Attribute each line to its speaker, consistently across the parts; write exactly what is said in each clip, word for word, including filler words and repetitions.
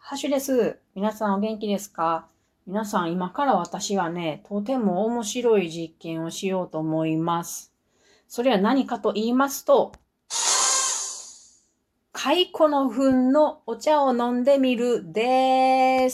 Speaker 1: ハッシュです。皆さんお元気ですか？皆さん今から私はね、とても面白い実験をしようと思います。それは何かと言いますと、蚕の糞のお茶を飲んでみるです。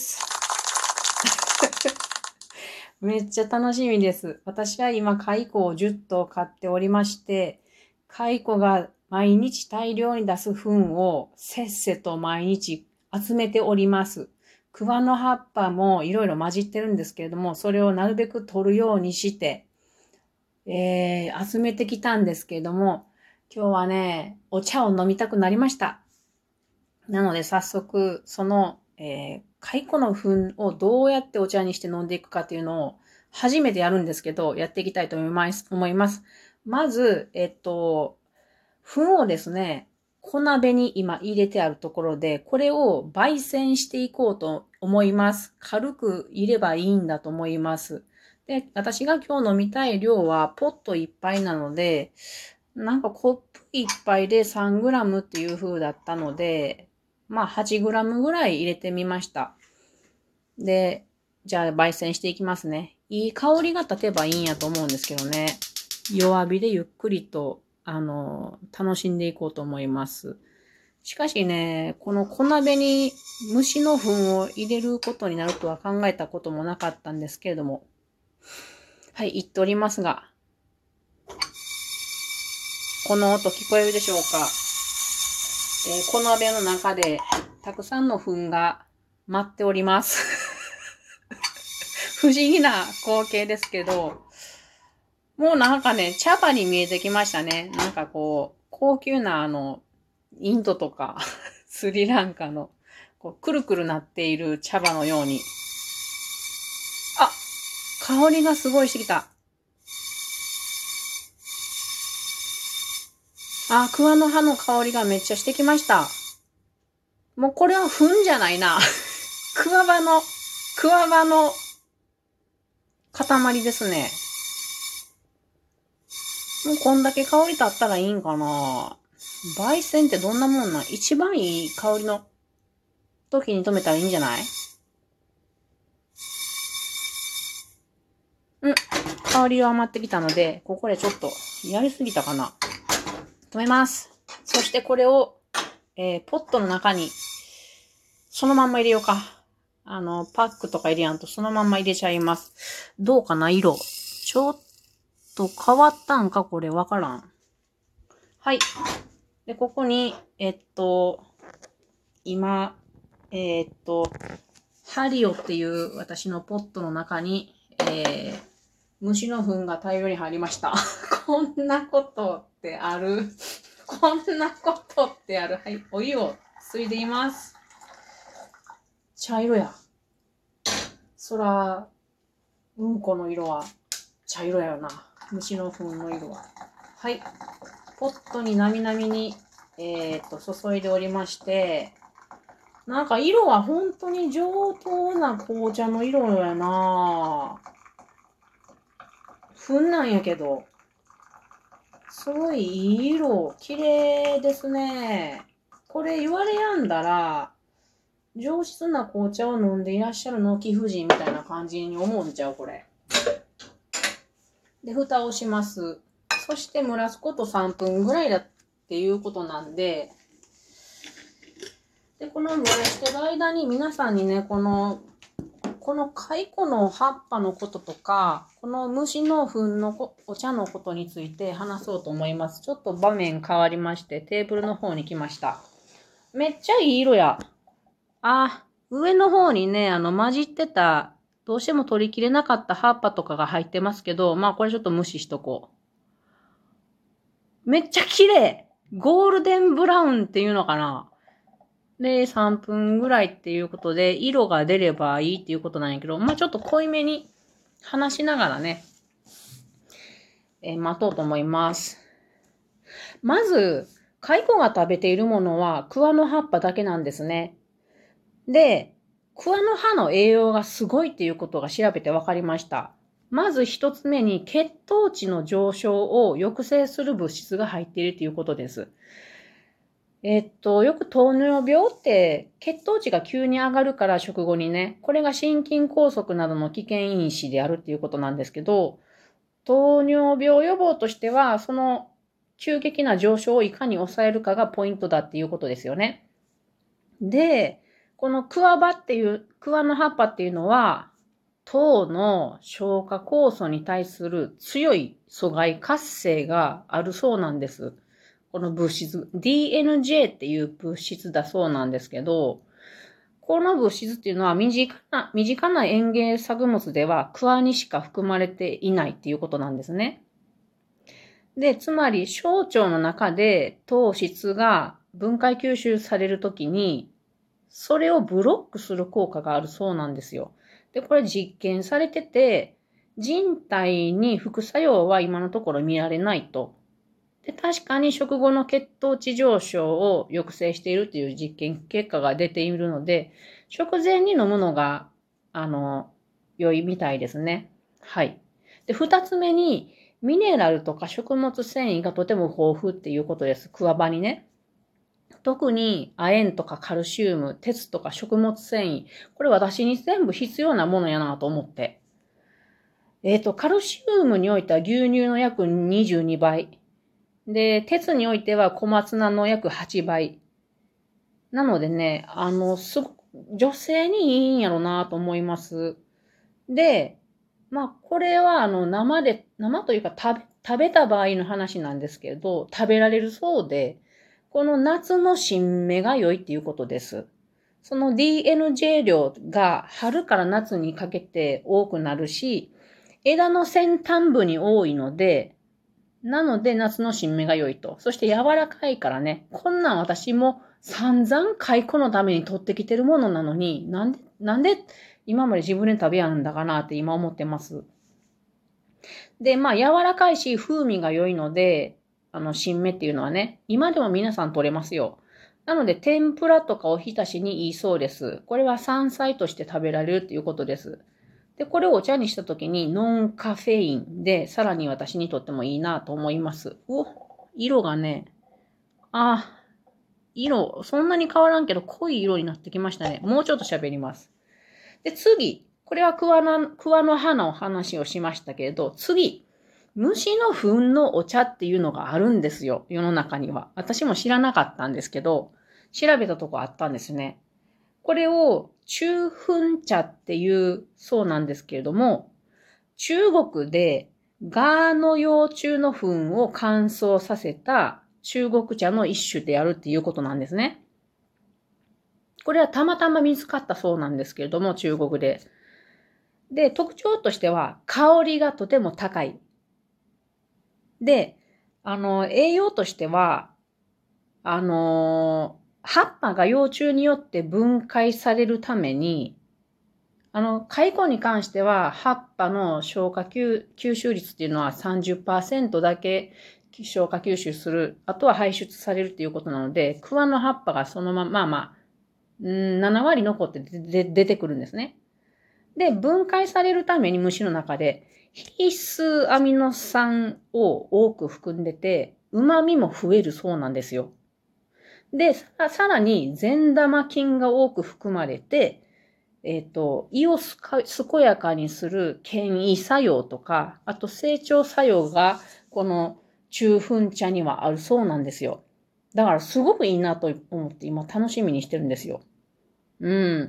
Speaker 1: めっちゃ楽しみです。私は今蚕をじゅっ頭飼っておりまして、蚕が毎日大量に出す糞をせっせと毎日集めております。桑の葉っぱもいろいろ混じってるんですけれども、それをなるべく取るようにして、えー、集めてきたんですけれども、今日はね、お茶を飲みたくなりました。なので早速、その、えー、蚕の糞をどうやってお茶にして飲んでいくかっていうのを初めてやるんですけど、やっていきたいと思います。思います。まず、えっと、糞をですね、小鍋に今入れてあるところで、これを焙煎していこうと思います。軽く入ればいいんだと思います。で、私が今日飲みたい量はポットいっぱいなので、なんかコップいっぱいで さんグラム っていう風だったので、まあ はちグラム ぐらい入れてみました。で、じゃあ焙煎していきますね。いい香りが立てばいいんやと思うんですけどね。弱火でゆっくりと、あの、楽しんでいこうと思います。しかしね、この小鍋に虫の糞を入れることになるとは考えたこともなかったんですけれども。はい、言っておりますが。この音聞こえるでしょうか？えー、小鍋の中でたくさんの糞が舞っております。不思議な光景ですけど、もうなんかね、茶葉に見えてきましたね。なんかこう、高級なあの、インドとかスリランカのこうくるくるなっている茶葉のように。あ、香りがすごいしてきた。あ、桑の葉の香りがめっちゃしてきました。もうこれは糞じゃないな。桑葉の、桑葉の塊ですね。もうこんだけ香り立ったらいいんかな。焙煎ってどんなもんなん？一番いい香りの時に止めたらいいんじゃない？うん。香りは余ってきたので、ここでちょっとやりすぎたかな。止めます。そしてこれを、えー、ポットの中に、そのまんま入れようか。あの、パックとか入れやんとそのまんま入れちゃいます。どうかな、色。ちょっと変わったんかこれわからん。はい。で、ここに、えっと、今、えー、っと、ハリオっていう私のポットの中に、えー、虫の糞が大量に入りました。こんなことってある？こんなことってある？はい、お湯をついでいます。茶色や。そら、うんこの色は茶色やよな。虫の糞の色は。はい。ポットになみなみに、えー、っと、注いでおりまして、なんか色は本当に上等な紅茶の色やなぁ。糞なんやけど。すごいいい色。綺麗ですね。これ言われやんだら、上質な紅茶を飲んでいらっしゃるの貴婦人みたいな感じに思うんちゃうこれ。で、蓋をします。そして蒸らすことさんぷんぐらいだっていうことなんで、で、この蒸らしてる間に皆さんにね、この、この蚕の葉っぱのこととか、この虫の糞のお茶のことについて話そうと思います。ちょっと場面変わりまして、テーブルの方に来ました。めっちゃいい色や。あ、上の方にね、あの、混じってた、どうしても取りきれなかった葉っぱとかが入ってますけど、まあこれちょっと無視しとこう。めっちゃ綺麗！ゴールデンブラウンっていうのかな？で、さんぷんぐらいっていうことで、色が出ればいいっていうことなんやけど、まあちょっと濃いめに話しながらね、えー、待とうと思います。まず、蚕が食べているものは桑の葉っぱだけなんですね。で、桑の葉の栄養がすごいっていうことが調べて分かりました。まず一つ目に血糖値の上昇を抑制する物質が入っているということです。 えっと、よく糖尿病って血糖値が急に上がるから食後にね、これが心筋梗塞などの危険因子であるっていうことなんですけど、糖尿病予防としては、その急激な上昇をいかに抑えるかがポイントだっていうことですよね。で、このクワバっていう、クワの葉っぱっていうのは、糖の消化酵素に対する強い阻害活性があるそうなんです。この物質、ディーエヌジェー っていう物質だそうなんですけど、この物質っていうのは身近な、身近な園芸作物ではクワにしか含まれていないっていうことなんですね。で、つまり小腸の中で糖質が分解吸収されるときに、それをブロックする効果があるそうなんですよ。で、これ実験されてて、人体に副作用は今のところ見られないと。で、確かに食後の血糖値上昇を抑制しているという実験結果が出ているので、食前に飲むのが、あの、良いみたいですね。はい。で、二つ目に、ミネラルとか食物繊維がとても豊富っていうことです。クワバにね。特に亜鉛とかカルシウム、鉄とか食物繊維。これ私に全部必要なものやなと思って。えっと、カルシウムにおいては牛乳の約にじゅうにばい。で、鉄においては小松菜の約はちばい。なのでね、あの、すごく、女性にいいんやろなと思います。で、まあ、これはあの、生で、生というか食べ、食べた場合の話なんですけれど、食べられるそうで、この夏の新芽が良いっていうことです。その ディーエヌジェー 量が春から夏にかけて多くなるし、枝の先端部に多いので、なので夏の新芽が良いと。そして柔らかいからね、こんなん私も散々蚕のために取ってきてるものなのに、なんで、なんで今まで自分で食べやんだかなって今思ってます。で、まあ柔らかいし風味が良いので、あの新芽っていうのはね、今でも皆さん取れますよ。なので天ぷらとかおひたしにいいそうです。これは山菜として食べられるっていうことです。で、これをお茶にしたときにノンカフェインで、さらに私にとってもいいなと思います。お、色がね、あ、色、そんなに変わらんけど濃い色になってきましたね。もうちょっと喋ります。で、次、これは桑の、桑の葉の話をしましたけれど、次、虫の糞のお茶っていうのがあるんですよ、世の中には。私も知らなかったんですけど、調べたとこあったんですね。これを中粉茶っていうそうなんですけれども、中国でガーの幼虫の糞を乾燥させた中国茶の一種であるっていうことなんですね。これはたまたま見つかったそうなんですけれども、中国で。で、特徴としては香りがとても高い。で、あの、栄養としては、あの、葉っぱが幼虫によって分解されるために、あの、蚕に関しては、葉っぱの消化吸吸収率っていうのはさんじゅっパーセントだけ消化吸収する。あとは排出されるっていうことなので、桑の葉っぱがそのまま、まあまあ、なな割残って出てくるんですね。で、分解されるために虫の中で必須アミノ酸を多く含んでて、旨味も増えるそうなんですよ。で、ささらに善玉菌が多く含まれて、えっと、胃をすか健やかにする健胃作用とか、あと成長作用がこの中粉茶にはあるそうなんですよ。だからすごくいいなと思って今楽しみにしてるんですよ。うん。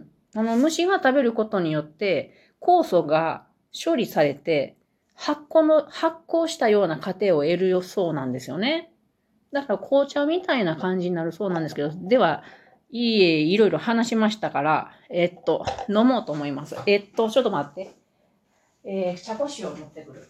Speaker 1: あの、虫が食べることによって、酵素が処理されて、発酵の、発酵したような過程を得るそうなんですよね。だから紅茶みたいな感じになるそうなんですけど、では、いいえ、いろいろ話しましたから、えっと、飲もうと思います。えっと、ちょっと待って。えー、茶こしを持ってくる。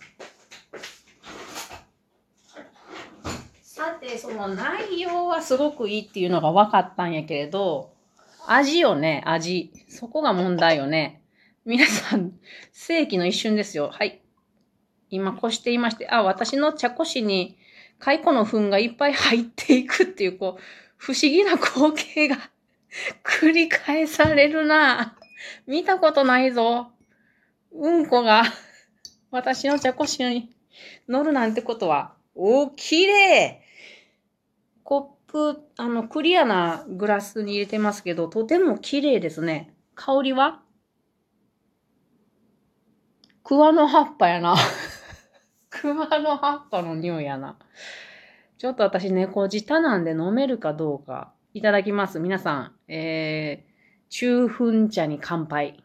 Speaker 1: さて、その内容はすごくいいっていうのが分かったんやけれど、味よね、味。そこが問題よね。皆さん、世紀の一瞬ですよ。はい。今、こしていまして、あ、私の茶こしに、蚕の糞がいっぱい入っていくっていう、こう、不思議な光景が繰り返されるな。見たことないぞ。うんこが私の茶こしに乗るなんてことは、お、綺麗コッふ、あの、クリアなグラスに入れてますけど、とても綺麗ですね。香りは桑の葉っぱやな。桑の葉っぱの匂いやな。ちょっと私猫舌なんで飲めるかどうか。いただきます。皆さん、えー、中粉茶に乾杯。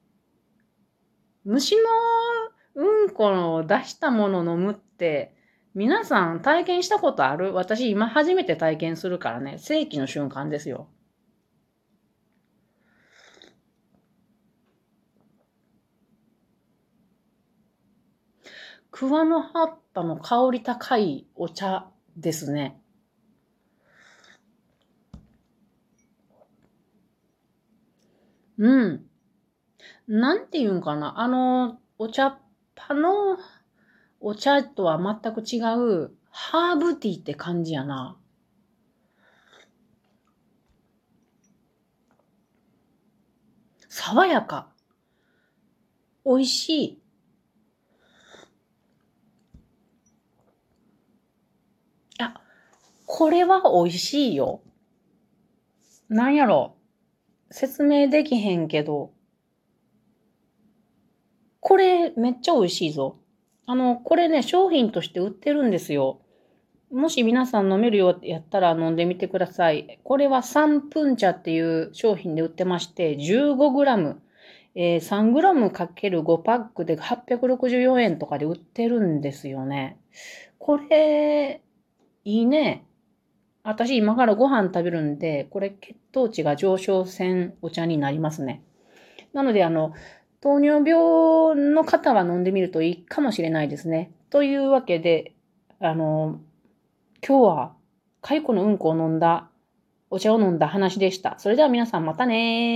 Speaker 1: 虫のうんこの出したもの飲むって、皆さん体験したことある？私今初めて体験するからね、世紀の瞬間ですよ。桑の葉っぱの香り高いお茶ですね。うん。なんていうんかな。あの、お茶っ葉のお茶とは全く違うハーブティーって感じやな。爽やか。美味しい。あ、これは美味しいよ。なんやろ。説明できへんけど、これめっちゃ美味しいぞ。あの、これね、商品として売ってるんですよ。もし皆さん飲めるようやったら飲んでみてください。これはさんぷん茶っていう商品で売ってまして、じゅうごグラム、えー、さんグラムかけるごパックではっぴゃくろくじゅうよんえんとかで売ってるんですよね。これ、いいね。私今からご飯食べるんで、これ血糖値が上昇せんお茶になりますね。なので、あの、糖尿病の方は飲んでみるといいかもしれないですね。というわけで、あの、今日は蚕のうんこを飲んだ、お茶を飲んだ話でした。それでは皆さんまたねー。